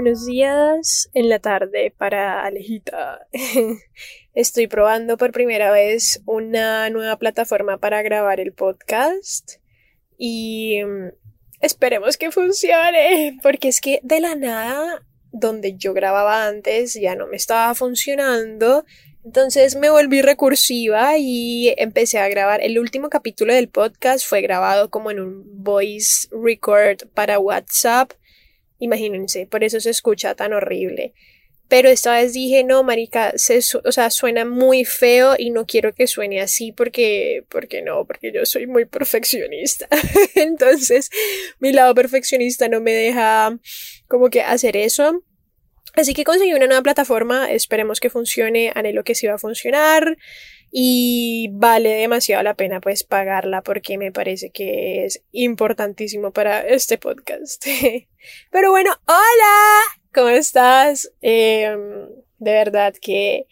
buenos días en la tarde para Alejita. Estoy probando por primera vez una nueva plataforma para grabar el podcast y esperemos que funcione, porque es que de la nada, donde yo grababa antes ya no me estaba funcionando. Entonces me volví recursiva y empecé a grabar. El último capítulo del podcast fue grabado como en un voice record para WhatsApp. Imagínense, por eso se escucha tan horrible. Pero esta vez dije, no, marica, suena muy feo y no quiero que suene así porque yo soy muy perfeccionista. Entonces, mi lado perfeccionista no me deja como que hacer eso. Así que conseguí una nueva plataforma, esperemos que funcione, anhelo que sí va a funcionar y vale demasiado la pena pues pagarla porque me parece que es importantísimo para este podcast. Pero bueno, hola, ¿cómo estás? De verdad que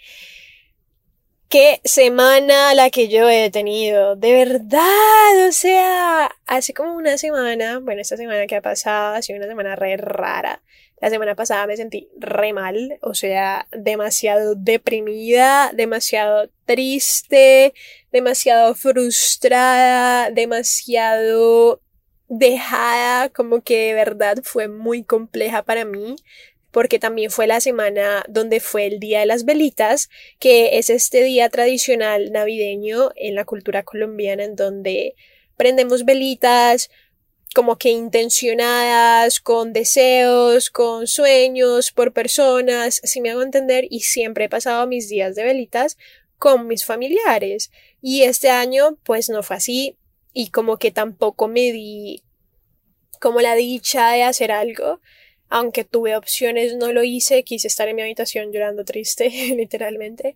qué semana la que yo he tenido, de verdad, o sea, hace como una semana, bueno, esta semana que ha pasado ha sido una semana re rara. La semana pasada me sentí re mal, o sea, demasiado deprimida, demasiado triste, demasiado frustrada, demasiado dejada, como que de verdad fue muy compleja para mí, porque también fue la semana donde fue el Día de las Velitas, que es este día tradicional navideño en la cultura colombiana en donde prendemos velitas, como que intencionadas, con deseos, con sueños, por personas, si me hago entender, y siempre he pasado mis días de velitas con mis familiares. Y este año, pues no fue así, y como que tampoco me di como la dicha de hacer algo. Aunque tuve opciones, no lo hice, quise estar en mi habitación llorando triste, literalmente.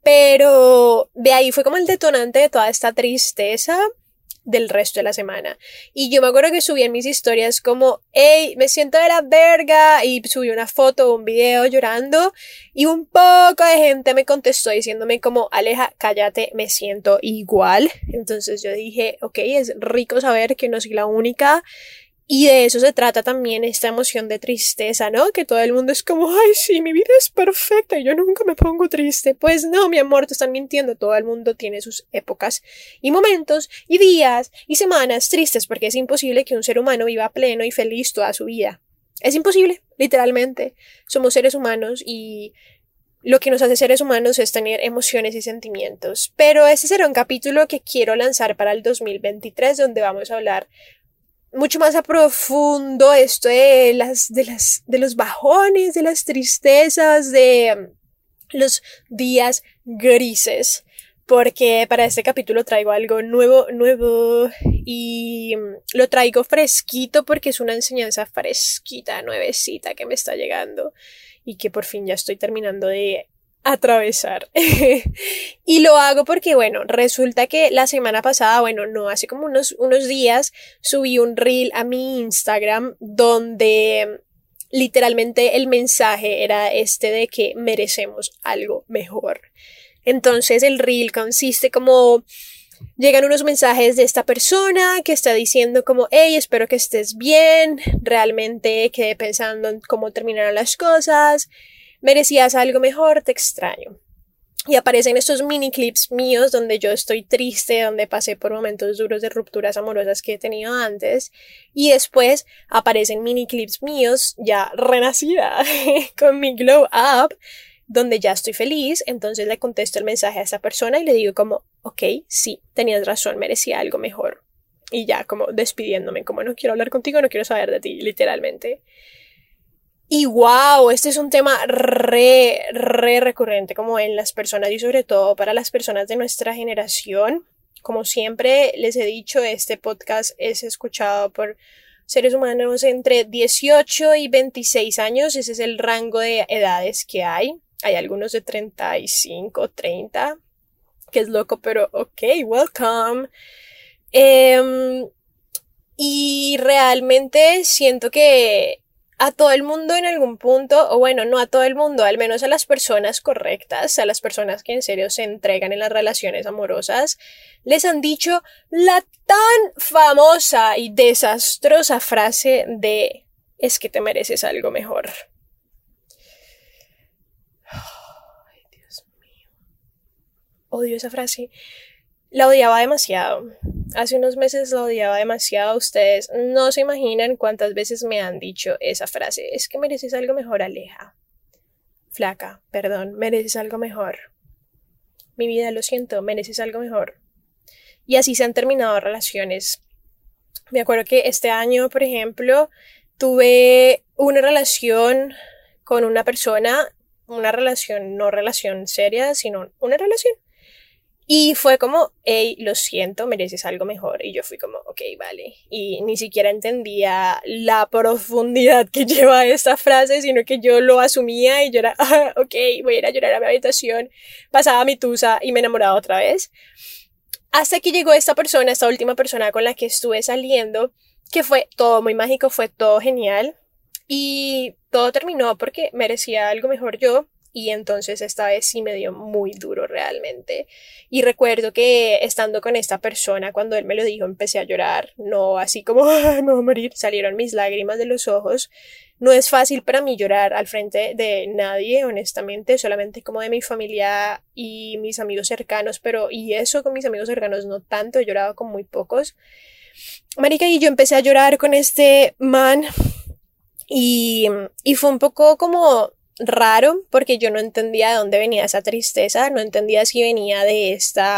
Pero de ahí fue como el detonante de toda esta tristeza del resto de la semana. Y yo me acuerdo que subí en mis historias como, hey, me siento de la verga, y subí una foto o un video llorando, y un poco de gente me contestó diciéndome como, Aleja, cállate, me siento igual. Entonces yo dije, ok, es rico saber que no soy la única. Y de eso se trata también esta emoción de tristeza, ¿no? Que todo el mundo es como, ay, sí, mi vida es perfecta y yo nunca me pongo triste. Pues no, mi amor, te están mintiendo. Todo el mundo tiene sus épocas y momentos y días y semanas tristes porque es imposible que un ser humano viva pleno y feliz toda su vida. Es imposible, literalmente. Somos seres humanos y lo que nos hace seres humanos es tener emociones y sentimientos. Pero ese será un capítulo que quiero lanzar para el 2023 donde vamos a hablar mucho más a profundo esto de los bajones, de las tristezas, de los días grises, porque para este capítulo traigo algo nuevo y lo traigo fresquito porque es una enseñanza fresquita, nuevecita que me está llegando y que por fin ya estoy terminando de atravesar. Y lo hago porque, bueno, resulta que la semana pasada, bueno, no, hace como unos días, subí un reel a mi Instagram donde literalmente el mensaje era este de que merecemos algo mejor. Entonces el reel consiste como llegan unos mensajes de esta persona que está diciendo como, hey, espero que estés bien, realmente quedé pensando en cómo terminaron las cosas, merecías algo mejor, te extraño. Y aparecen estos mini clips míos donde yo estoy triste, donde pasé por momentos duros de rupturas amorosas que he tenido antes. Y después aparecen mini clips míos ya renacida con mi glow up, donde ya estoy feliz. Entonces le contesto el mensaje a esa persona y le digo como, ok, sí, tenías razón, merecía algo mejor. Y ya como despidiéndome, como no quiero hablar contigo, no quiero saber de ti, literalmente. Y wow, este es un tema re recurrente como en las personas y sobre todo para las personas de nuestra generación. Como siempre les he dicho, este podcast es escuchado por seres humanos entre 18 y 26 años. Ese es el rango de edades que hay. Hay algunos de 35, 30, que es loco, pero ok, welcome. Y realmente siento que a todo el mundo en algún punto, o bueno, no a todo el mundo, al menos a las personas correctas, a las personas que en serio se entregan en las relaciones amorosas, les han dicho la tan famosa y desastrosa frase de es que te mereces algo mejor. Odio esa frase. La odiaba demasiado. Hace unos meses la odiaba demasiado. Ustedes no se imaginan cuántas veces me han dicho esa frase. Es que mereces algo mejor, Aleja. Flaca, perdón, mereces algo mejor. Mi vida, lo siento, mereces algo mejor. Y así se han terminado relaciones. Me acuerdo que este año, por ejemplo, tuve una relación con una persona, una relación, no relación seria, sino una relación. Y fue como, hey, lo siento, mereces algo mejor. Y yo fui como, ok, vale. Y ni siquiera entendía la profundidad que lleva esta frase, sino que yo lo asumía y yo era, ok, voy a ir a llorar a mi habitación. Pasaba mi tusa y me enamoraba otra vez. Hasta que llegó esta persona, esta última persona con la que estuve saliendo, que fue todo muy mágico, fue todo genial. Y todo terminó porque merecía algo mejor yo. Y entonces esta vez sí me dio muy duro realmente. Y recuerdo que estando con esta persona, cuando él me lo dijo, empecé a llorar. No así como, ay, me voy a morir. Salieron mis lágrimas de los ojos. No es fácil para mí llorar al frente de nadie, honestamente, solamente como de mi familia y mis amigos cercanos, pero y eso con mis amigos cercanos no tanto, he llorado con muy pocos. Marica, y yo empecé a llorar con este man y fue un poco como raro porque yo no entendía de dónde venía esa tristeza, no entendía si venía de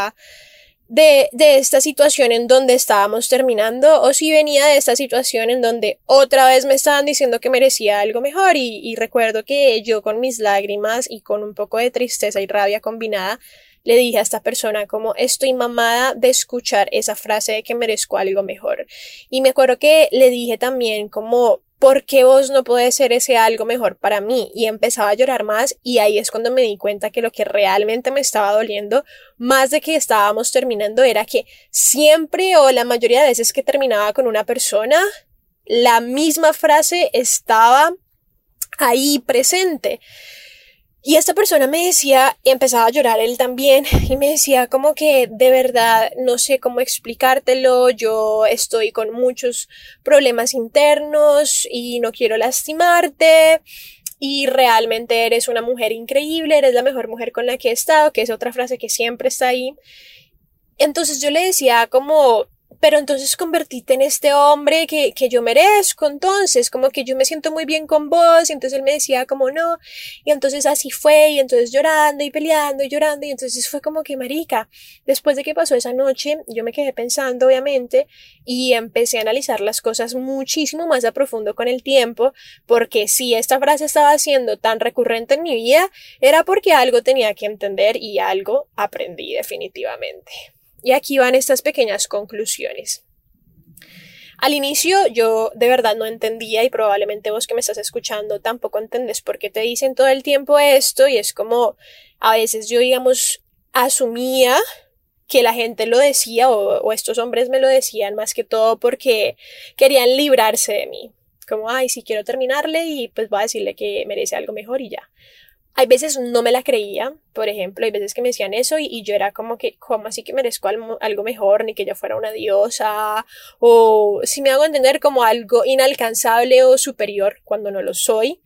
esta situación en donde estábamos terminando o si venía de esta situación en donde otra vez me estaban diciendo que merecía algo mejor y recuerdo que yo con mis lágrimas y con un poco de tristeza y rabia combinada le dije a esta persona como estoy mamada de escuchar esa frase de que merezco algo mejor y me acuerdo que le dije también como ¿por qué vos no podés ser ese algo mejor para mí? Y empezaba a llorar más y ahí es cuando me di cuenta que lo que realmente me estaba doliendo, más de que estábamos terminando, era que siempre o la mayoría de veces que terminaba con una persona, la misma frase estaba ahí presente. Y esta persona me decía, y empezaba a llorar él también, y me decía como que de verdad no sé cómo explicártelo, yo estoy con muchos problemas internos y no quiero lastimarte, y realmente eres una mujer increíble, eres la mejor mujer con la que he estado, que es otra frase que siempre está ahí. Entonces yo le decía como, pero entonces convertite en este hombre que yo merezco, entonces, como que yo me siento muy bien con vos, y entonces él me decía como no, y entonces así fue, y entonces llorando y peleando y llorando, y entonces fue como que marica, después de que pasó esa noche, yo me quedé pensando obviamente, y empecé a analizar las cosas muchísimo más a profundo con el tiempo, porque si esta frase estaba siendo tan recurrente en mi vida, era porque algo tenía que entender y algo aprendí definitivamente. Y aquí van estas pequeñas conclusiones. Al inicio yo de verdad no entendía y probablemente vos que me estás escuchando tampoco entendés por qué te dicen todo el tiempo esto y es como a veces yo digamos asumía que la gente lo decía o estos hombres me lo decían más que todo porque querían librarse de mí. Como, ay, sí quiero terminarle y pues voy a decirle que merece algo mejor y ya. Hay veces no me la creía, por ejemplo, hay veces que me decían eso y yo era como que, ¿cómo así que merezco algo mejor? Ni que yo fuera una diosa, o si me hago entender como algo inalcanzable o superior cuando no lo soy.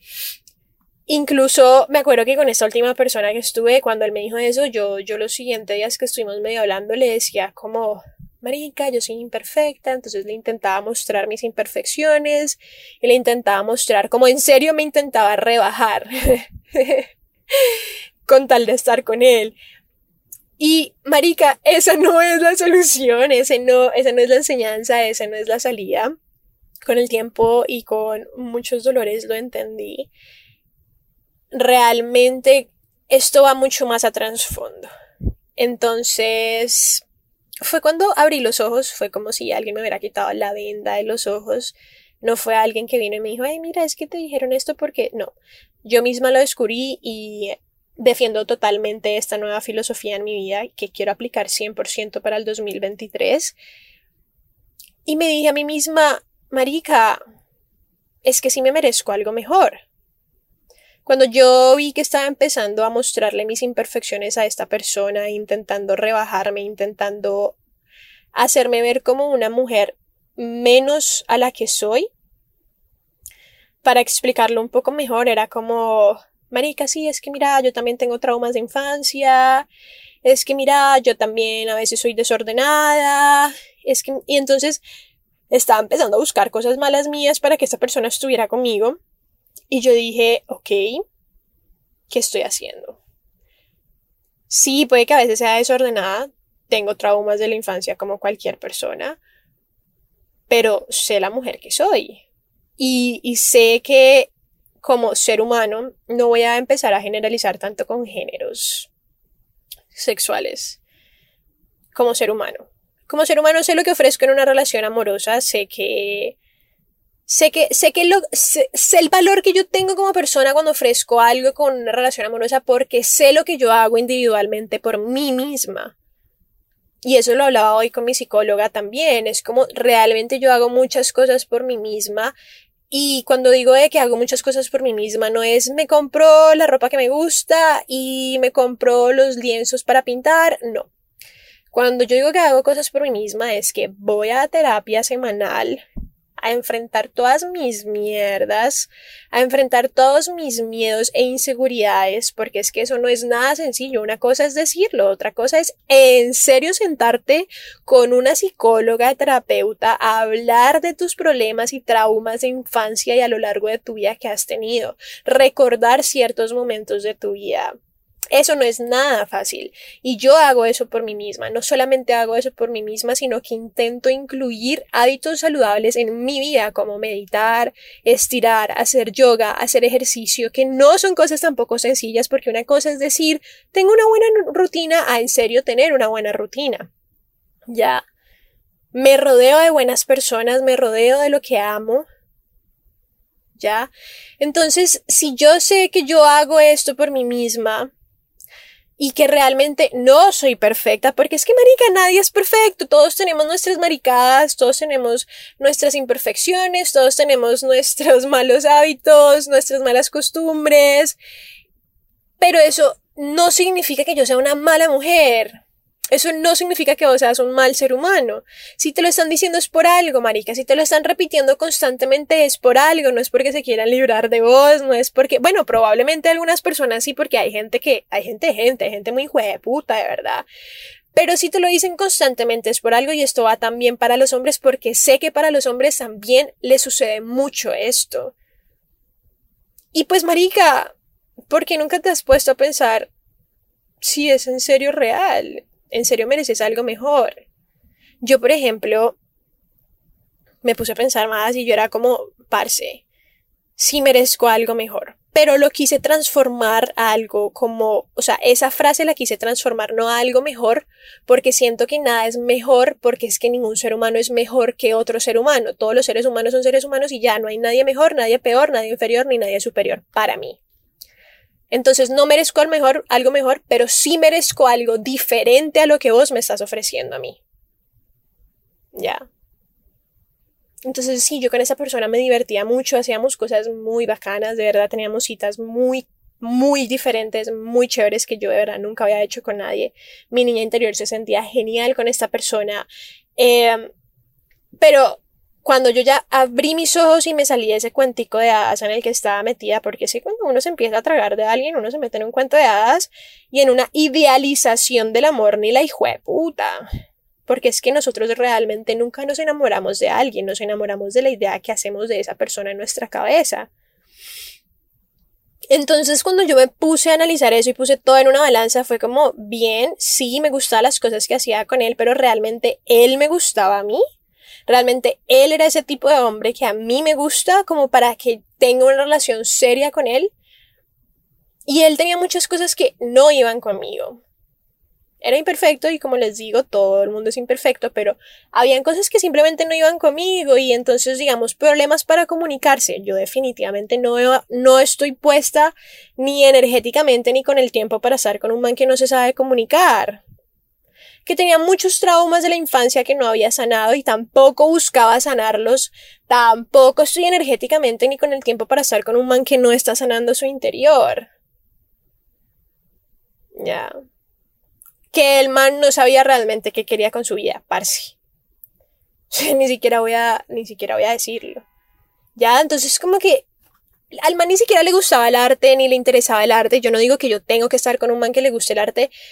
Incluso me acuerdo que con esta última persona que estuve, cuando él me dijo eso, yo los siguientes días que estuvimos medio hablando le decía como, marica, yo soy imperfecta, entonces le intentaba mostrar mis imperfecciones, y le intentaba mostrar como en serio me intentaba rebajar. Con tal de estar con él. Y, marica, esa no es la solución, esa no es la enseñanza, esa no es la salida. Con el tiempo y con muchos dolores lo entendí. Realmente esto va mucho más a trasfondo. Entonces, fue cuando abrí los ojos, fue como si alguien me hubiera quitado la venda de los ojos. No fue alguien que vino y me dijo, ay, mira, es que te dijeron esto porque no. Yo misma lo descubrí y defiendo totalmente esta nueva filosofía en mi vida que quiero aplicar 100% para el 2023. Y me dije a mí misma, marica, es que sí me merezco algo mejor. Cuando yo vi que estaba empezando a mostrarle mis imperfecciones a esta persona, intentando rebajarme, intentando hacerme ver como una mujer menos a la que soy, para explicarlo un poco mejor, era como, marica, sí, es que mira, yo también tengo traumas de infancia es que mira, yo también a veces soy desordenada, y entonces estaba empezando a buscar cosas malas mías para que esta persona estuviera conmigo. Y yo dije, ok, ¿qué estoy haciendo? Sí, puede que a veces sea desordenada, tengo traumas de la infancia como cualquier persona, pero sé la mujer que soy. Y sé que como ser humano no voy a empezar a generalizar tanto con géneros sexuales como ser humano. Como ser humano sé lo que ofrezco en una relación amorosa, sé el valor que yo tengo como persona cuando ofrezco algo con una relación amorosa porque sé lo que yo hago individualmente por mí misma. Y eso lo hablaba hoy con mi psicóloga también. Es como realmente yo hago muchas cosas por mí misma. Y cuando digo de que hago muchas cosas por mí misma, no es me compro la ropa que me gusta y me compro los lienzos para pintar, no. Cuando yo digo que hago cosas por mí misma es que voy a terapia semanal a enfrentar todas mis mierdas, a enfrentar todos mis miedos e inseguridades, porque es que eso no es nada sencillo. Una cosa es decirlo, otra cosa es en serio sentarte con una psicóloga, terapeuta, a hablar de tus problemas y traumas de infancia y a lo largo de tu vida que has tenido, recordar ciertos momentos de tu vida. Eso no es nada fácil. Y yo hago eso por mí misma. No solamente hago eso por mí misma, sino que intento incluir hábitos saludables en mi vida, como meditar, estirar, hacer yoga, hacer ejercicio, que no son cosas tampoco sencillas, porque una cosa es decir, tengo una buena rutina, a en serio tener una buena rutina. Ya. Me rodeo de buenas personas, me rodeo de lo que amo. Ya. Entonces, si yo sé que yo hago esto por mí misma, y que realmente no soy perfecta, porque es que marica, nadie es perfecto, todos tenemos nuestras maricadas, todos tenemos nuestras imperfecciones, todos tenemos nuestros malos hábitos, nuestras malas costumbres, pero eso no significa que yo sea una mala mujer. Eso no significa que vos seas un mal ser humano. Si te lo están diciendo es por algo, marica. Si te lo están repitiendo constantemente es por algo. No es porque se quieran librar de vos, no es porque... Bueno, probablemente algunas personas sí, porque hay gente muy hijo de puta, de verdad. Pero si te lo dicen constantemente es por algo y esto va también para los hombres porque sé que para los hombres también les sucede mucho esto. Y pues, marica, ¿por qué nunca te has puesto a pensar si es en serio real? ¿En serio mereces algo mejor? Yo, por ejemplo, me puse a pensar más y yo era como, parce, sí merezco algo mejor. Pero lo quise transformar a algo como, o sea, esa frase la quise transformar no a algo mejor, porque siento que nada es mejor, porque es que ningún ser humano es mejor que otro ser humano. Todos los seres humanos son seres humanos y ya no hay nadie mejor, nadie peor, nadie inferior, ni nadie superior, para mí. Entonces no merezco algo mejor, pero sí merezco algo diferente a lo que vos me estás ofreciendo a mí. Ya. Entonces sí, yo con esa persona me divertía mucho, hacíamos cosas muy bacanas, de verdad teníamos citas muy, muy diferentes, muy chéveres que yo de verdad nunca había hecho con nadie. Mi niña interior se sentía genial con esta persona. Pero cuando yo ya abrí mis ojos y me salí de ese cuentico de hadas en el que estaba metida, porque es que cuando uno se empieza a tragar de alguien, uno se mete en un cuento de hadas y en una idealización del amor ni la hijueputa. Porque es que nosotros realmente nunca nos enamoramos de alguien, nos enamoramos de la idea que hacemos de esa persona en nuestra cabeza. Entonces cuando yo me puse a analizar eso y puse todo en una balanza fue como, bien, sí, me gustaban las cosas que hacía con él, pero realmente él me gustaba a mí. Realmente él era ese tipo de hombre que a mí me gusta como para que tenga una relación seria con él. Y él tenía muchas cosas que no iban conmigo. Era imperfecto y como les digo, todo el mundo es imperfecto, pero habían cosas que simplemente no iban conmigo y entonces, digamos, problemas para comunicarse. Yo definitivamente no estoy puesta ni energéticamente ni con el tiempo para estar con un man que no se sabe comunicar. Que tenía muchos traumas de la infancia que no había sanado y tampoco buscaba sanarlos. Tampoco estoy energéticamente ni con el tiempo para estar con un man que no está sanando su interior. Ya. Que el man no sabía realmente qué quería con su vida, parce. Ni siquiera voy a decirlo. Ya, entonces como que al man ni siquiera le gustaba el arte, ni le interesaba el arte. Yo no digo que yo tengo que estar con un man que le guste el arte,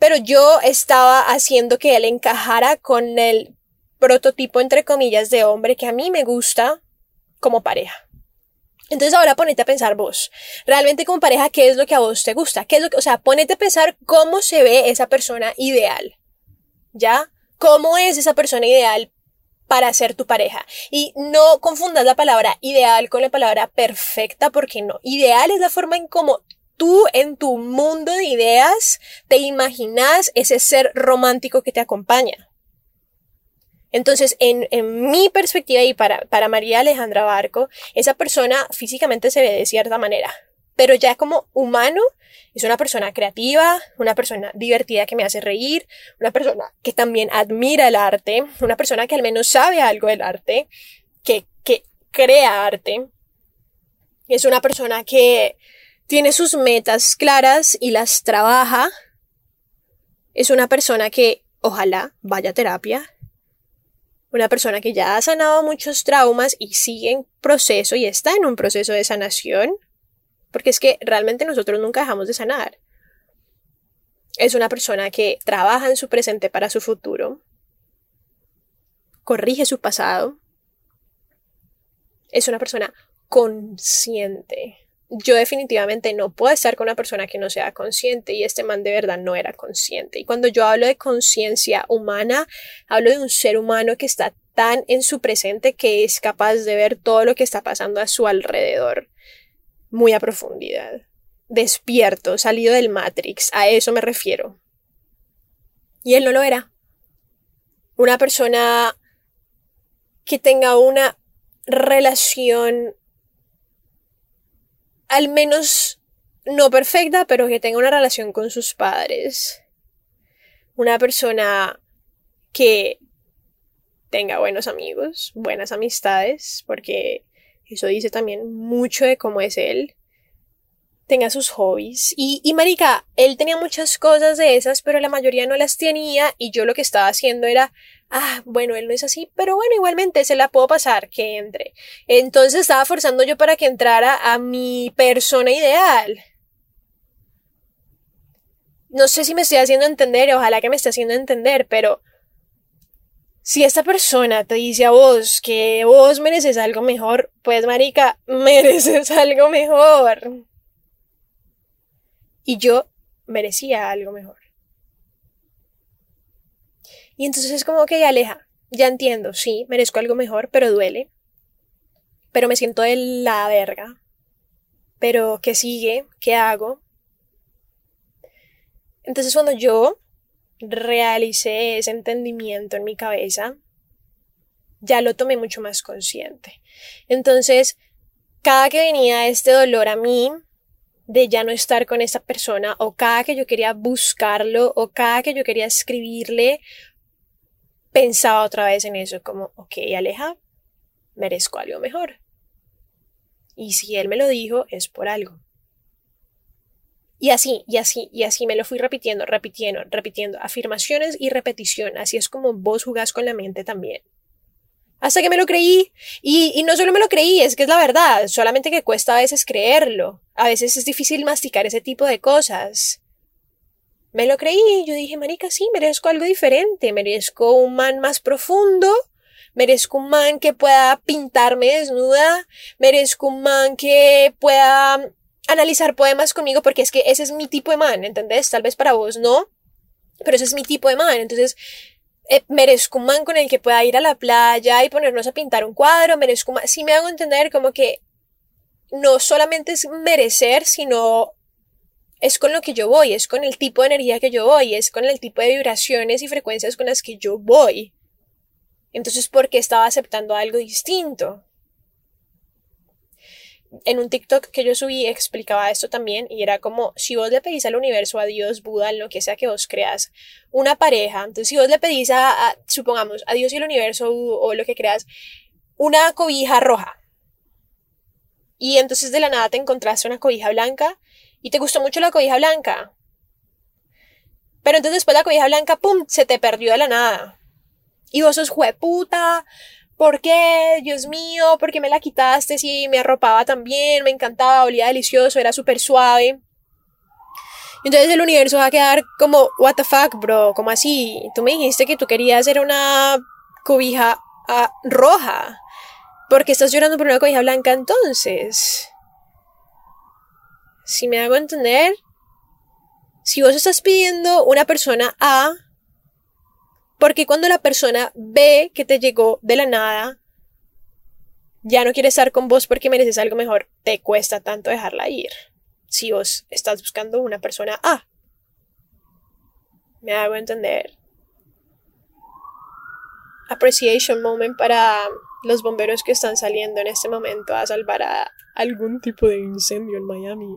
pero yo estaba haciendo que él encajara con el prototipo, entre comillas, de hombre que a mí me gusta como pareja. Entonces ahora ponete a pensar vos, realmente como pareja, ¿qué es lo que a vos te gusta? ¿Qué es lo que, o sea, ponete a pensar cómo se ve esa persona ideal, ¿ya? ¿Cómo es esa persona ideal para ser tu pareja? Y no confundas la palabra ideal con la palabra perfecta, porque no. Ideal es la forma en cómo tú en tu mundo de ideas te imaginas ese ser romántico que te acompaña. Entonces, en mi perspectiva y para María Alejandra Barco, esa persona físicamente se ve de cierta manera, pero ya como humano es una persona creativa, una persona divertida que me hace reír, una persona que también admira el arte, una persona que al menos sabe algo del arte, que crea arte. Es una persona que tiene sus metas claras y las trabaja. Es una persona que ojalá vaya a terapia. Una persona que ya ha sanado muchos traumas y sigue en proceso y está en un proceso de sanación. Porque es que realmente nosotros nunca dejamos de sanar. Es una persona que trabaja en su presente para su futuro. Corrige su pasado. Es una persona consciente. Yo definitivamente no puedo estar con una persona que no sea consciente, y este man de verdad no era consciente. Y cuando yo hablo de conciencia humana, hablo de un ser humano que está tan en su presente que es capaz de ver todo lo que está pasando a su alrededor, muy a profundidad. Despierto, salido del Matrix, a eso me refiero. Y él no lo era. Una persona que tenga una relación al menos no perfecta, pero que tenga una relación con sus padres. Una persona que tenga buenos amigos, buenas amistades, porque eso dice también mucho de cómo es él. Tenga sus hobbies. Y marica, él tenía muchas cosas de esas, pero la mayoría no las tenía, y yo lo que estaba haciendo era, bueno, él no es así, pero bueno, igualmente se la puedo pasar, que entre. Entonces estaba forzando yo para que entrara a mi persona ideal. No sé si me estoy haciendo entender, ojalá que me esté haciendo entender, pero si esta persona te dice a vos que vos mereces algo mejor, pues marica, mereces algo mejor. Y yo merecía algo mejor. Y entonces es como que Aleja, ya entiendo, sí, merezco algo mejor, pero duele. Pero me siento de la verga. Pero ¿qué sigue? ¿Qué hago? Entonces cuando yo realicé ese entendimiento en mi cabeza, ya lo tomé mucho más consciente. Entonces, cada que venía este dolor a mí, de ya no estar con esa persona, o cada que yo quería buscarlo, o cada que yo quería escribirle, pensaba otra vez en eso, como, ok, Aleja, merezco algo mejor. Y si él me lo dijo, es por algo. Y así me lo fui repitiendo, afirmaciones y repetición. Así es como vos jugás con la mente también. Hasta que me lo creí, y no solo me lo creí, es que es la verdad, solamente que cuesta a veces creerlo, a veces es difícil masticar ese tipo de cosas. Me lo creí, y yo dije, marica, sí, merezco algo diferente, merezco un man más profundo, merezco un man que pueda pintarme desnuda, merezco un man que pueda analizar poemas conmigo, porque es que ese es mi tipo de man, ¿entendés? Tal vez para vos no, pero ese es mi tipo de man, entonces merezco un man con el que pueda ir a la playa y ponernos a pintar un cuadro, merezco un man, sí me hago entender, como que no solamente es merecer, sino es con lo que yo voy, es con el tipo de energía que yo voy, es con el tipo de vibraciones y frecuencias con las que yo voy. Entonces, ¿por qué estaba aceptando algo distinto? En un TikTok que yo subí explicaba esto también, y era como, si vos le pedís al universo, a Dios, Buda, lo que sea que vos creas, una pareja, entonces si vos le pedís supongamos, a Dios y el universo o lo que creas, una cobija roja, y entonces de la nada te encontraste una cobija blanca, y te gustó mucho la cobija blanca, pero entonces después la cobija blanca, ¡pum!, se te perdió de la nada, y vos sos jueputa, ¿por qué? Dios mío, ¿por qué me la quitaste? Si me arropaba tan bien, me encantaba, olía delicioso, era súper suave. Entonces el universo va a quedar como, what the fuck, bro, ¿cómo así? Tú me dijiste que tú querías hacer una cobija roja. ¿Por qué estás llorando por una cobija blanca entonces? Si me hago entender, si vos estás pidiendo una persona A, porque cuando la persona B que te llegó de la nada ya no quiere estar con vos porque mereces algo mejor, te cuesta tanto dejarla ir? Si vos estás buscando una persona A. ¿Me hago entender? Appreciation moment para los bomberos que están saliendo en este momento a salvar a algún tipo de incendio en Miami.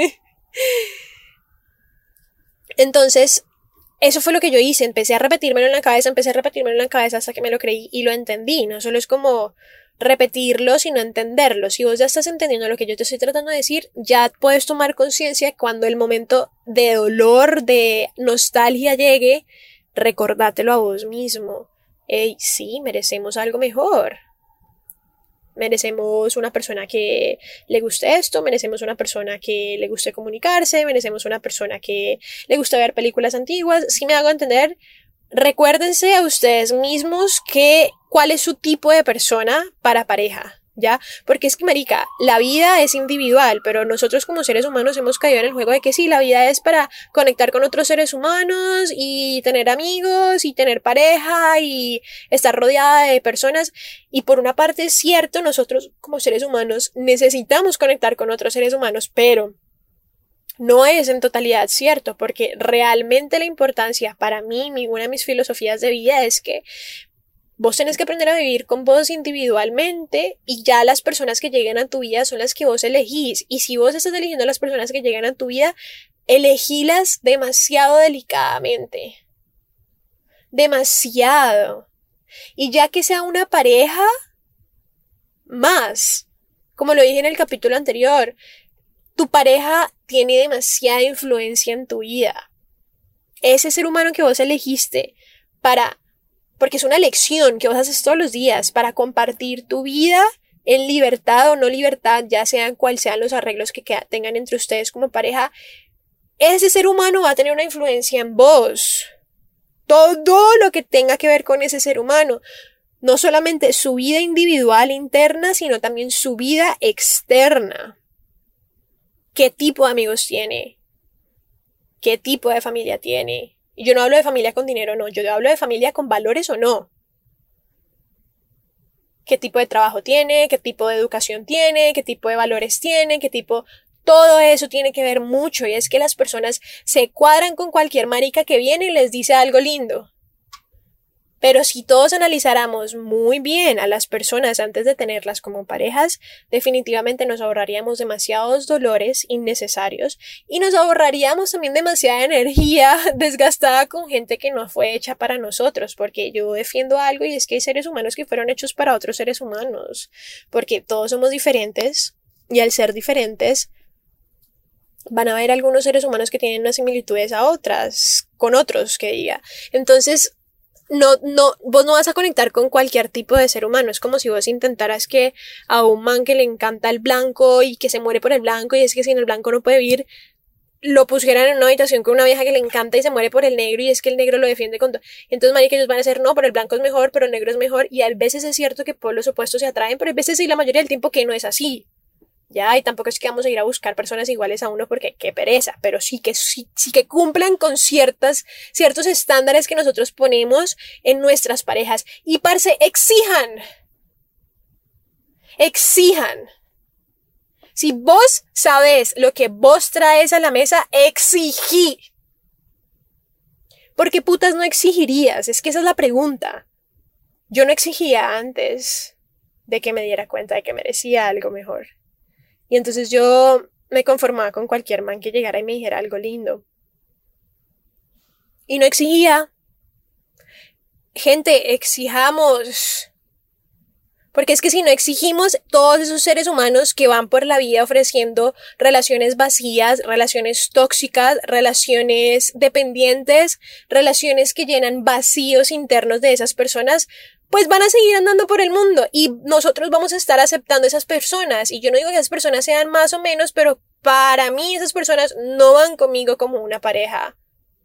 Entonces, eso fue lo que yo hice. Empecé a repetírmelo en la cabeza hasta que me lo creí y lo entendí. No solo es como repetirlo, sino entenderlo. Si vos ya estás entendiendo lo que yo te estoy tratando de decir, ya puedes tomar conciencia cuando el momento de dolor, de nostalgia llegue, recordátelo a vos mismo. Ey, sí, merecemos algo mejor. Merecemos una persona que le guste esto, merecemos una persona que le guste comunicarse, merecemos una persona que le guste ver películas antiguas. Si me hago entender, recuérdense a ustedes mismos cuál es su tipo de persona para pareja, ¿ya? Porque es que, marica, la vida es individual, pero nosotros como seres humanos hemos caído en el juego de que sí, la vida es para conectar con otros seres humanos y tener amigos y tener pareja y estar rodeada de personas. Y por una parte es cierto, nosotros como seres humanos necesitamos conectar con otros seres humanos, pero no es en totalidad cierto, porque realmente la importancia para mí, una de mis filosofías de vida es que vos tenés que aprender a vivir con vos individualmente y ya las personas que lleguen a tu vida son las que vos elegís. Y si vos estás eligiendo a las personas que llegan a tu vida, elegílas demasiado delicadamente. Demasiado. Y ya que sea una pareja, más. Como lo dije en el capítulo anterior, tu pareja tiene demasiada influencia en tu vida. Ese ser humano que vos elegiste porque es una elección que vos haces todos los días para compartir tu vida en libertad o no libertad, ya sean cuales sean los arreglos que tengan entre ustedes como pareja, ese ser humano va a tener una influencia en vos. Todo lo que tenga que ver con ese ser humano. No solamente su vida individual interna, sino también su vida externa. ¿Qué tipo de amigos tiene? ¿Qué tipo de familia tiene? Y yo no hablo de familia con dinero, no. Yo hablo de familia con valores o no. ¿Qué tipo de trabajo tiene? ¿Qué tipo de educación tiene? ¿Qué tipo de valores tiene? Todo eso tiene que ver mucho. Y es que las personas se cuadran con cualquier marica que viene y les dice algo lindo. Pero si todos analizáramos muy bien a las personas antes de tenerlas como parejas, definitivamente nos ahorraríamos demasiados dolores innecesarios y nos ahorraríamos también demasiada energía desgastada con gente que no fue hecha para nosotros, porque yo defiendo algo y es que hay seres humanos que fueron hechos para otros seres humanos, porque todos somos diferentes y al ser diferentes van a haber algunos seres humanos que tienen unas similitudes con otros que diga. Entonces, vos no vas a conectar con cualquier tipo de ser humano. Es como si vos intentaras que a un man que le encanta el blanco y que se muere por el blanco y es que sin el blanco no puede vivir, lo pusieran en una habitación con una vieja que le encanta y se muere por el negro y es que el negro lo defiende con todo. Entonces, marica, ellos van a decir, no, pero el blanco es mejor, pero el negro es mejor. Y a veces es cierto que polos opuestos se atraen, pero a veces y la mayoría del tiempo que no es así. Ya, y tampoco es que vamos a ir a buscar personas iguales a uno porque qué pereza, pero sí que cumplan con ciertos estándares que nosotros ponemos en nuestras parejas. Y parce, exijan. Si vos sabés lo que vos traes a la mesa, exigí. ¿Por qué putas no exigirías? Es que esa es la pregunta. Yo no exigía antes de que me diera cuenta de que merecía algo mejor. Y entonces yo me conformaba con cualquier man que llegara y me dijera algo lindo. Y no exigía. Gente, exijamos. Porque es que si no exigimos, todos esos seres humanos que van por la vida ofreciendo relaciones vacías, relaciones tóxicas, relaciones dependientes, relaciones que llenan vacíos internos de esas personas, pues van a seguir andando por el mundo y nosotros vamos a estar aceptando esas personas. Y yo no digo que esas personas sean más o menos, pero para mí esas personas no van conmigo como una pareja.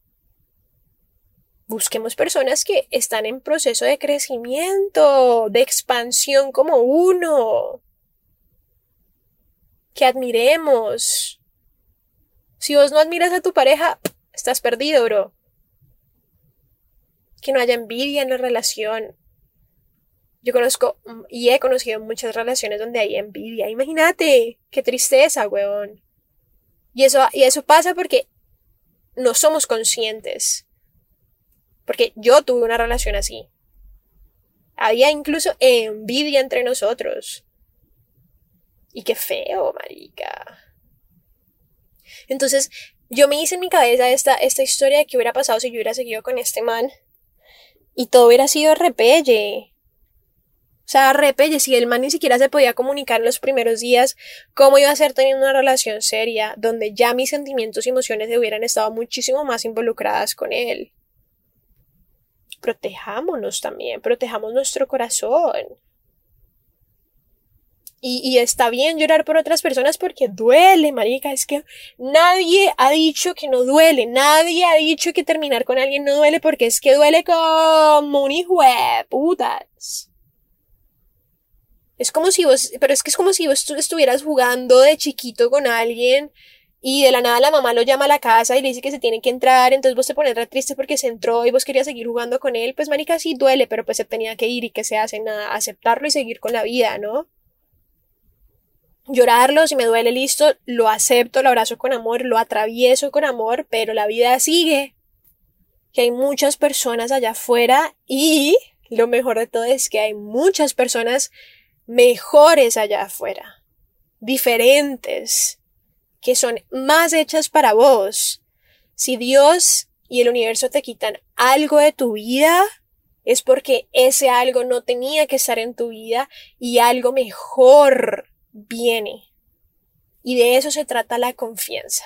Busquemos personas que están en proceso de crecimiento, de expansión como uno. Que admiremos. Si vos no admiras a tu pareja, estás perdido, bro. Que no haya envidia en la relación. Yo conozco y he conocido muchas relaciones donde hay envidia. Imagínate, qué tristeza, weón. Y eso pasa porque no somos conscientes. Porque yo tuve una relación así. Había incluso envidia entre nosotros. Y qué feo, marica. Entonces, yo me hice en mi cabeza esta historia de qué hubiera pasado si yo hubiera seguido con este man. Y todo hubiera sido repelle. O sea, repelle, si el man ni siquiera se podía comunicar en los primeros días, ¿cómo iba a ser teniendo una relación seria donde ya mis sentimientos y emociones hubieran estado muchísimo más involucradas con él? Protejámonos también, protejamos nuestro corazón. Y está bien llorar por otras personas porque duele, marica. Es que nadie ha dicho que no duele. Nadie ha dicho que terminar con alguien no duele porque es que duele como un hijo de putas. Es como si vos estuvieras jugando de chiquito con alguien y de la nada la mamá lo llama a la casa y le dice que se tiene que entrar, entonces vos te pones re triste porque se entró y vos querías seguir jugando con él. Pues marica, sí duele, pero pues se tenía que ir y que se hace nada, aceptarlo y seguir con la vida, ¿no? Llorarlo, si me duele, listo, lo acepto, lo abrazo con amor, lo atravieso con amor, pero la vida sigue. Que hay muchas personas allá afuera y lo mejor de todo es que hay muchas personas mejores allá afuera, diferentes, que son más hechas para vos. Si Dios y el universo te quitan algo de tu vida, es porque ese algo no tenía que estar en tu vida y algo mejor viene. Y de eso se trata la confianza.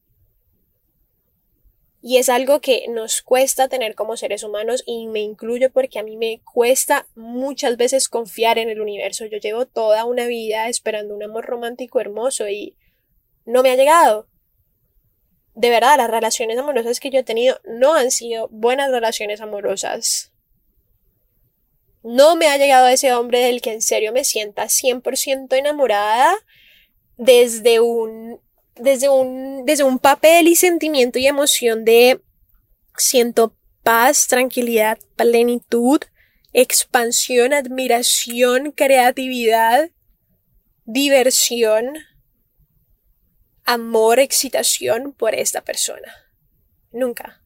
Y es algo que nos cuesta tener como seres humanos y me incluyo porque a mí me cuesta muchas veces confiar en el universo. Yo llevo toda una vida esperando un amor romántico hermoso y no me ha llegado. De verdad, las relaciones amorosas que yo he tenido no han sido buenas relaciones amorosas. No me ha llegado ese hombre del que en serio me sienta 100% enamorada desde un papel y sentimiento y emoción de siento paz, tranquilidad, plenitud, expansión, admiración, creatividad, diversión, amor, excitación por esta persona. Nunca.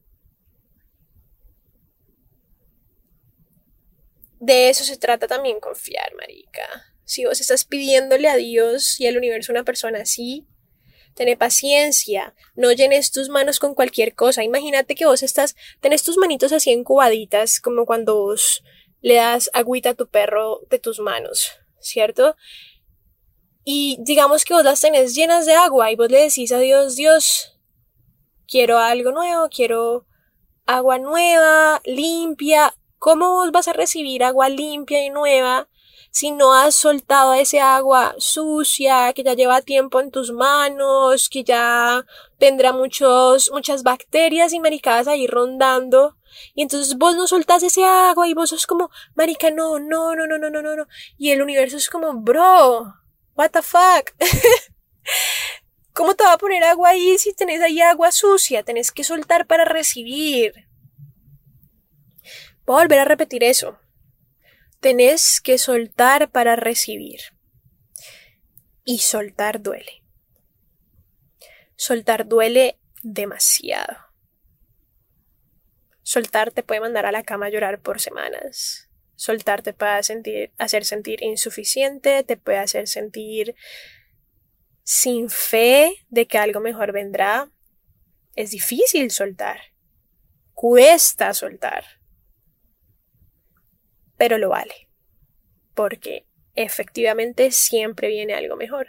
De eso se trata también confiar, marica. Si vos estás pidiéndole a Dios y al universo una persona así, tené paciencia, no llenes tus manos con cualquier cosa. Imagínate que vos tenés tus manitos así encubaditas, como cuando vos le das agüita a tu perro de tus manos, ¿cierto? Y digamos que vos las tenés llenas de agua y vos le decís a Dios, Dios, quiero algo nuevo, quiero agua nueva, limpia. ¿Cómo vos vas a recibir agua limpia y nueva si no has soltado ese agua sucia que ya lleva tiempo en tus manos, que ya tendrá muchas bacterias y maricadas ahí rondando? Y entonces vos no soltás ese agua y vos sos como, marica, no. Y el universo es como, bro, what the fuck? ¿Cómo te va a poner agua ahí si tenés ahí agua sucia? Tenés que soltar para recibir. Voy a volver a repetir eso. Tenés que soltar para recibir. Y soltar duele. Soltar duele demasiado. Soltar te puede mandar a la cama a llorar por semanas. Soltar te puede hacer sentir insuficiente, te puede hacer sentir sin fe de que algo mejor vendrá. Es difícil soltar. Cuesta soltar. Pero lo vale, porque efectivamente siempre viene algo mejor.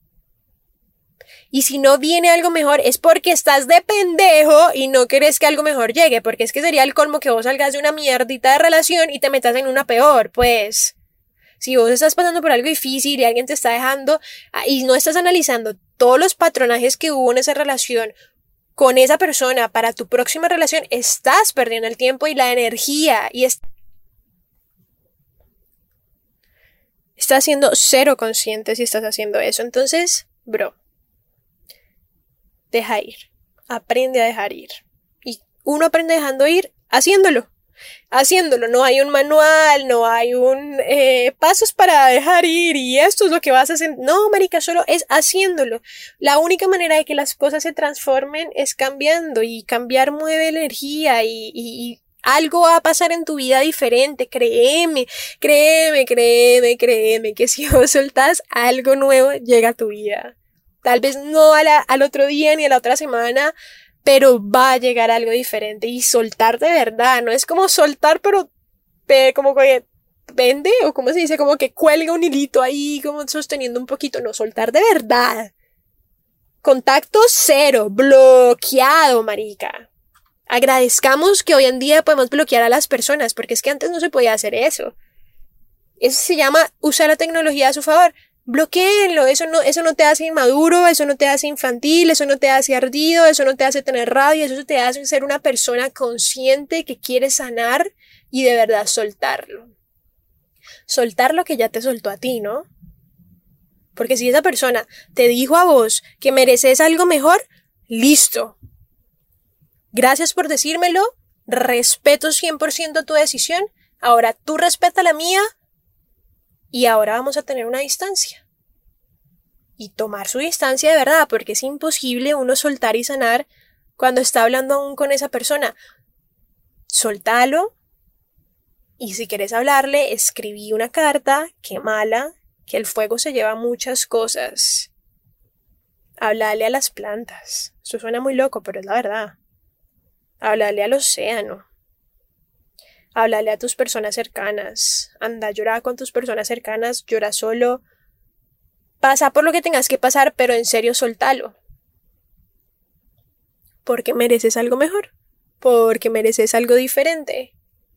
Y si no viene algo mejor es porque estás de pendejo y no querés que algo mejor llegue, porque es que sería el colmo que vos salgas de una mierdita de relación y te metas en una peor, pues. Si vos estás pasando por algo difícil y alguien te está dejando y no estás analizando todos los patronajes que hubo en esa relación con esa persona para tu próxima relación, estás perdiendo el tiempo y la energía y estás siendo cero consciente si estás haciendo eso. Entonces, bro, deja ir. Aprende a dejar ir. Y uno aprende dejando ir haciéndolo. No hay un manual, no hay pasos para dejar ir y esto es lo que vas a hacer. No, marica, solo es haciéndolo. La única manera de que las cosas se transformen es cambiando, y cambiar mueve energía y algo va a pasar en tu vida diferente. Créeme, que si vos soltás, algo nuevo llega a tu vida. Tal vez no al otro día ni a la otra semana, pero va a llegar algo diferente. Y soltar de verdad, no es como soltar, pero como que vende, o como se dice, como que cuelga un hilito ahí, como sosteniendo un poquito. No, soltar de verdad. Contacto cero, bloqueado, marica. Agradezcamos que hoy en día podemos bloquear a las personas, porque es que antes no se podía hacer eso. Eso se llama usar la tecnología a su favor. Bloquéenlo, eso no te hace inmaduro, eso no te hace infantil, eso no te hace ardido, eso no te hace tener rabia, eso te hace ser una persona consciente que quiere sanar y de verdad soltarlo. Soltar lo que ya te soltó a ti, ¿no? Porque si esa persona te dijo a vos que mereces algo mejor, listo. Gracias por decírmelo, respeto 100% tu decisión, ahora tú respeta la mía. Y ahora vamos a tener una distancia. Y tomar su distancia de verdad, porque es imposible uno soltar y sanar cuando está hablando aún con esa persona. Soltalo. Y si quieres hablarle, escribí una carta, quémala, que el fuego se lleva muchas cosas. Háblale a las plantas. Esto suena muy loco, pero es la verdad. Háblale al océano. Háblale a tus personas cercanas. Anda, llora con tus personas cercanas, llora solo. Pasa por lo que tengas que pasar, pero en serio soltalo. Porque mereces algo mejor. Porque mereces algo diferente.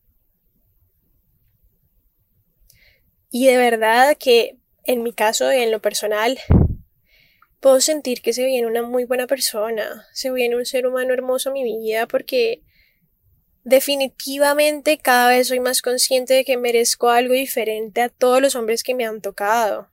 Y de verdad que en mi caso, en lo personal, puedo sentir que se viene una muy buena persona. Se viene un ser humano hermoso a mi vida, porque definitivamente cada vez soy más consciente de que merezco algo diferente a todos los hombres que me han tocado.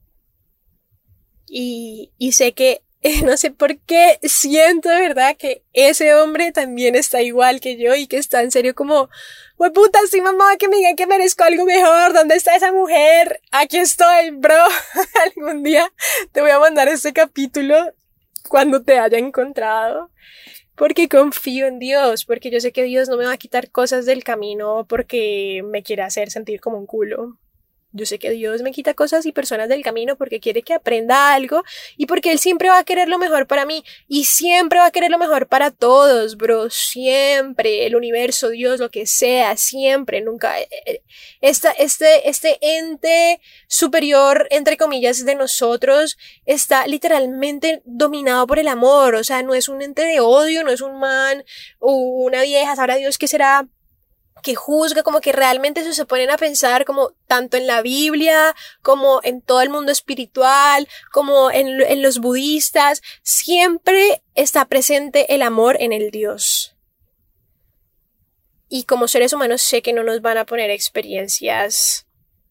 Y sé que, no sé por qué, siento de verdad que ese hombre también está igual que yo y que está en serio como, ¡wey puta, sí mamá, que me digan que merezco algo mejor! ¿Dónde está esa mujer? Aquí estoy, bro. Algún día te voy a mandar este capítulo cuando te haya encontrado. Porque confío en Dios, porque yo sé que Dios no me va a quitar cosas del camino porque me quiere hacer sentir como un culo. Yo sé que Dios me quita cosas y personas del camino porque quiere que aprenda algo y porque Él siempre va a querer lo mejor para mí y siempre va a querer lo mejor para todos, bro, siempre, el universo, Dios, lo que sea, siempre, nunca, este ente superior, entre comillas, de nosotros, está literalmente dominado por el amor, o sea, no es un ente de odio, no es un man o una vieja, sabrá Dios qué será, que juzga, como que realmente eso se ponen a pensar como tanto en la Biblia, como en todo el mundo espiritual, como en los budistas, siempre está presente el amor en el Dios. Y como seres humanos sé que no nos van a poner experiencias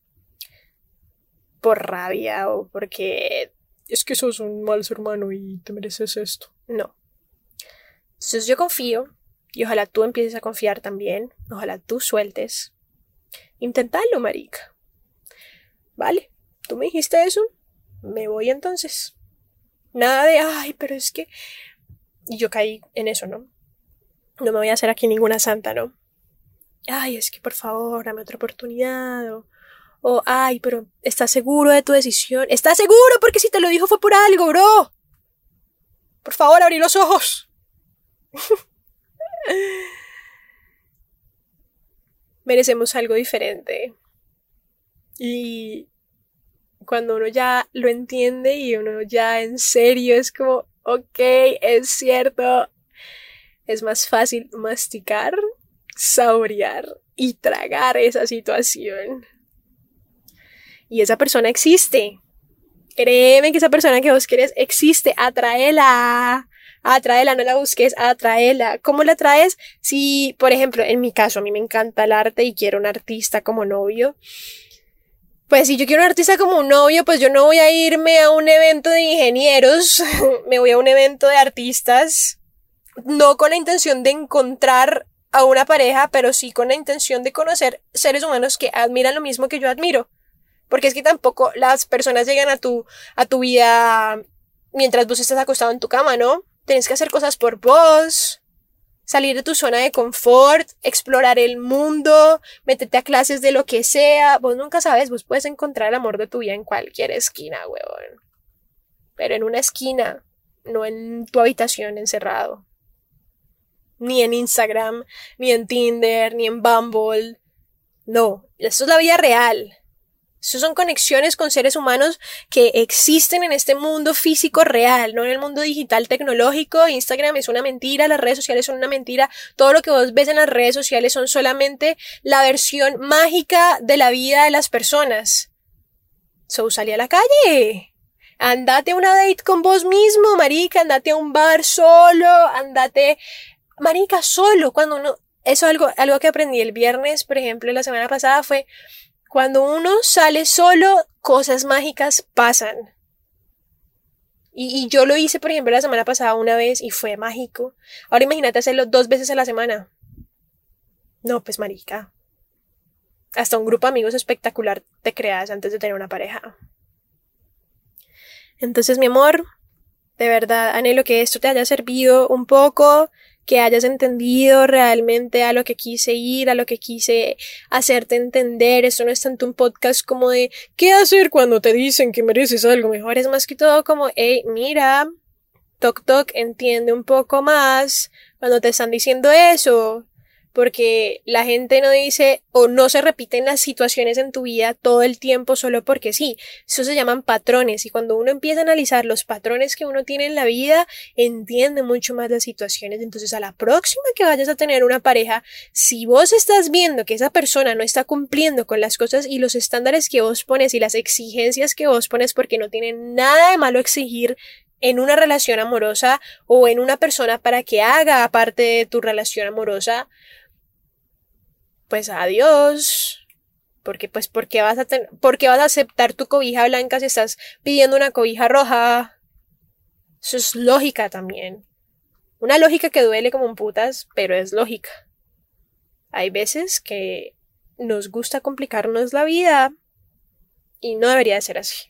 por rabia o porque es que sos un mal ser humano y te mereces esto. No. Entonces yo confío. Y ojalá tú empieces a confiar también. Ojalá tú sueltes. Inténtalo, marica. Vale, tú me dijiste eso. Me voy entonces. Nada de, ay, pero es que... Y yo caí en eso, ¿no? No me voy a hacer aquí ninguna santa, ¿no? Ay, es que por favor, dame otra oportunidad. O ay, pero ¿estás seguro de tu decisión? ¿Estás seguro? Porque si te lo dijo fue por algo, bro. Por favor, abrí los ojos. Merecemos algo diferente. Y cuando uno ya lo entiende y uno ya en serio es como, ok, es cierto, es más fácil masticar, saborear y tragar esa situación. Y esa persona existe. Créeme que esa persona que vos querés existe, atráela. Atráela, no la busques, atráela. ¿Cómo la atraes? Si, por ejemplo, en mi caso, a mí me encanta el arte y quiero un artista como novio. Pues si yo quiero un artista como un novio, pues yo no voy a irme a un evento de ingenieros, me voy a un evento de artistas, no con la intención de encontrar a una pareja, pero sí con la intención de conocer seres humanos que admiran lo mismo que yo admiro. Porque es que tampoco las personas llegan a tu vida mientras vos estás acostado en tu cama, ¿no? Tienes que hacer cosas por vos, salir de tu zona de confort, explorar el mundo, meterte a clases de lo que sea. Vos nunca sabes, vos puedes encontrar el amor de tu vida en cualquier esquina, huevón. Pero en una esquina, no en tu habitación encerrado. Ni en Instagram, ni en Tinder, ni en Bumble. No, esto es la vida real. Eso son conexiones con seres humanos que existen en este mundo físico real, no en el mundo digital tecnológico. Instagram es una mentira, las redes sociales son una mentira. Todo lo que vos ves en las redes sociales son solamente la versión mágica de la vida de las personas. So, salí a la calle. Andate a una date con vos mismo, marica. Andate a un bar solo. Andate, marica, solo. Cuando uno... Eso es algo que aprendí el viernes, por ejemplo, la semana pasada fue... Cuando uno sale solo, cosas mágicas pasan. Y yo lo hice, por ejemplo, la semana pasada una vez y fue mágico. Ahora imagínate hacerlo 2 veces a la semana. No, pues marica. Hasta un grupo de amigos espectacular te creas antes de tener una pareja. Entonces, mi amor, de verdad, anhelo que esto te haya servido un poco, que hayas entendido realmente a lo que quise ir, a lo que quise hacerte entender. Esto no es tanto un podcast como de ¿qué hacer cuando te dicen que mereces algo mejor? Es más que todo como, hey, mira, toc toc, entiende un poco más cuando te están diciendo eso. Porque la gente no dice o no se repiten las situaciones en tu vida todo el tiempo solo porque sí. Eso se llaman patrones y cuando uno empieza a analizar los patrones que uno tiene en la vida, entiende mucho más las situaciones. Entonces a la próxima que vayas a tener una pareja, si vos estás viendo que esa persona no está cumpliendo con las cosas y los estándares que vos pones y las exigencias que vos pones, porque no tiene nada de malo exigir en una relación amorosa o en una persona para que haga parte de tu relación amorosa, pues adiós. Porque pues ¿por qué vas a aceptar tu cobija blanca si estás pidiendo una cobija roja? Eso es lógica también. Una lógica que duele como un putas, pero es lógica. Hay veces que nos gusta complicarnos la vida y no debería de ser así.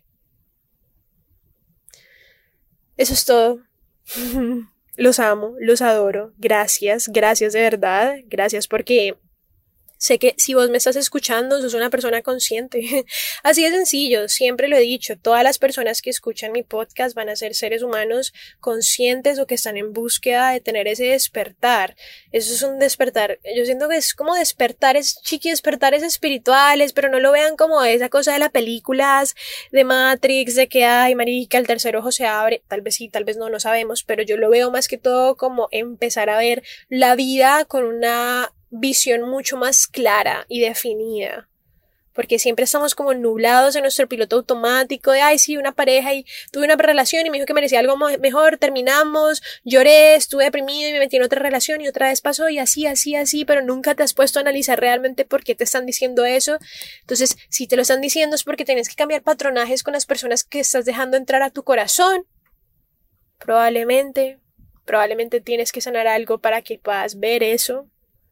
Eso es todo. Los amo, los adoro. Gracias de verdad. Gracias porque sé que si vos me estás escuchando, sos una persona consciente. Así de sencillo, siempre lo he dicho, todas las personas que escuchan mi podcast van a ser seres humanos conscientes o que están en búsqueda de tener ese despertar. Eso es un despertar. Yo siento que es como despertares espirituales, pero no lo vean como esa cosa de las películas de Matrix, de que, ay, marica, el tercer ojo se abre. Tal vez sí, tal vez no, no sabemos, pero yo lo veo más que todo como empezar a ver la vida con una visión mucho más clara y definida, porque siempre estamos como nublados en nuestro piloto automático de, ay, sí, una pareja y tuve una relación y me dijo que merecía algo mejor, terminamos, lloré, estuve deprimido y me metí en otra relación y otra vez pasó y así, pero nunca te has puesto a analizar realmente por qué te están diciendo eso. Entonces, si te lo están diciendo es porque tienes que cambiar patronajes con las personas que estás dejando entrar a tu corazón. Probablemente tienes que sanar algo para que puedas ver eso.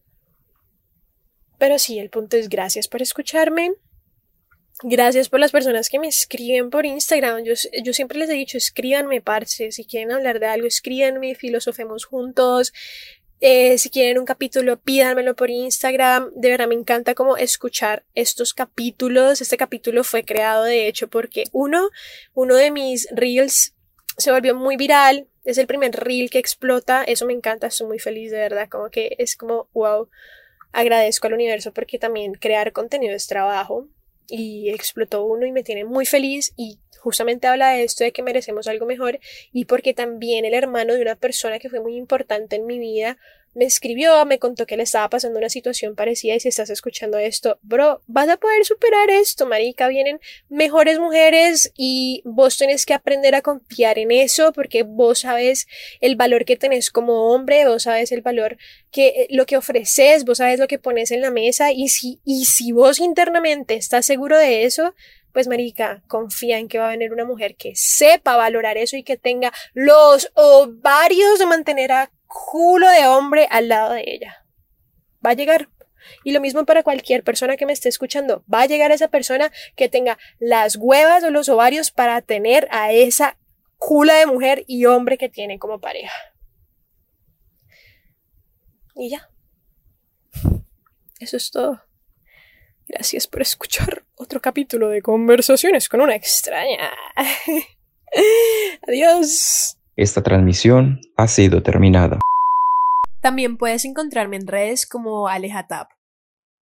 Pero sí, el punto es gracias por escucharme. Gracias por las personas que me escriben por Instagram. Yo siempre les he dicho, escríbanme, parce. Si quieren hablar de algo, escríbanme, filosofemos juntos. Si quieren un capítulo, pídanmelo por Instagram. De verdad me encanta como escuchar estos capítulos. Este capítulo fue creado de hecho porque uno de mis reels se volvió muy viral. Es el primer reel que explota. Eso me encanta, estoy muy feliz de verdad. Como que es como wow. Agradezco al universo porque también crear contenido es trabajo y explotó uno y me tiene muy feliz y justamente habla de esto de que merecemos algo mejor y porque también el hermano de una persona que fue muy importante en mi vida me escribió, me contó que le estaba pasando una situación parecida y si estás escuchando esto, bro, vas a poder superar esto, marica, vienen mejores mujeres y vos tenés que aprender a confiar en eso porque vos sabes el valor que tenés como hombre, vos sabes el valor que lo que ofreces, vos sabes lo que pones en la mesa y si vos internamente estás seguro de eso, pues marica, confía en que va a venir una mujer que sepa valorar eso y que tenga los ovarios de mantener a culo de hombre al lado de ella. Va a llegar. Y lo mismo para cualquier persona que me esté escuchando. Va a llegar esa persona que tenga las huevas o los ovarios para tener a esa cula de mujer y hombre que tiene como pareja. Y ya. Eso es todo. Gracias por escuchar otro capítulo de Conversaciones con una extraña. Adiós. Esta transmisión ha sido terminada. También puedes encontrarme en redes como Alejatab.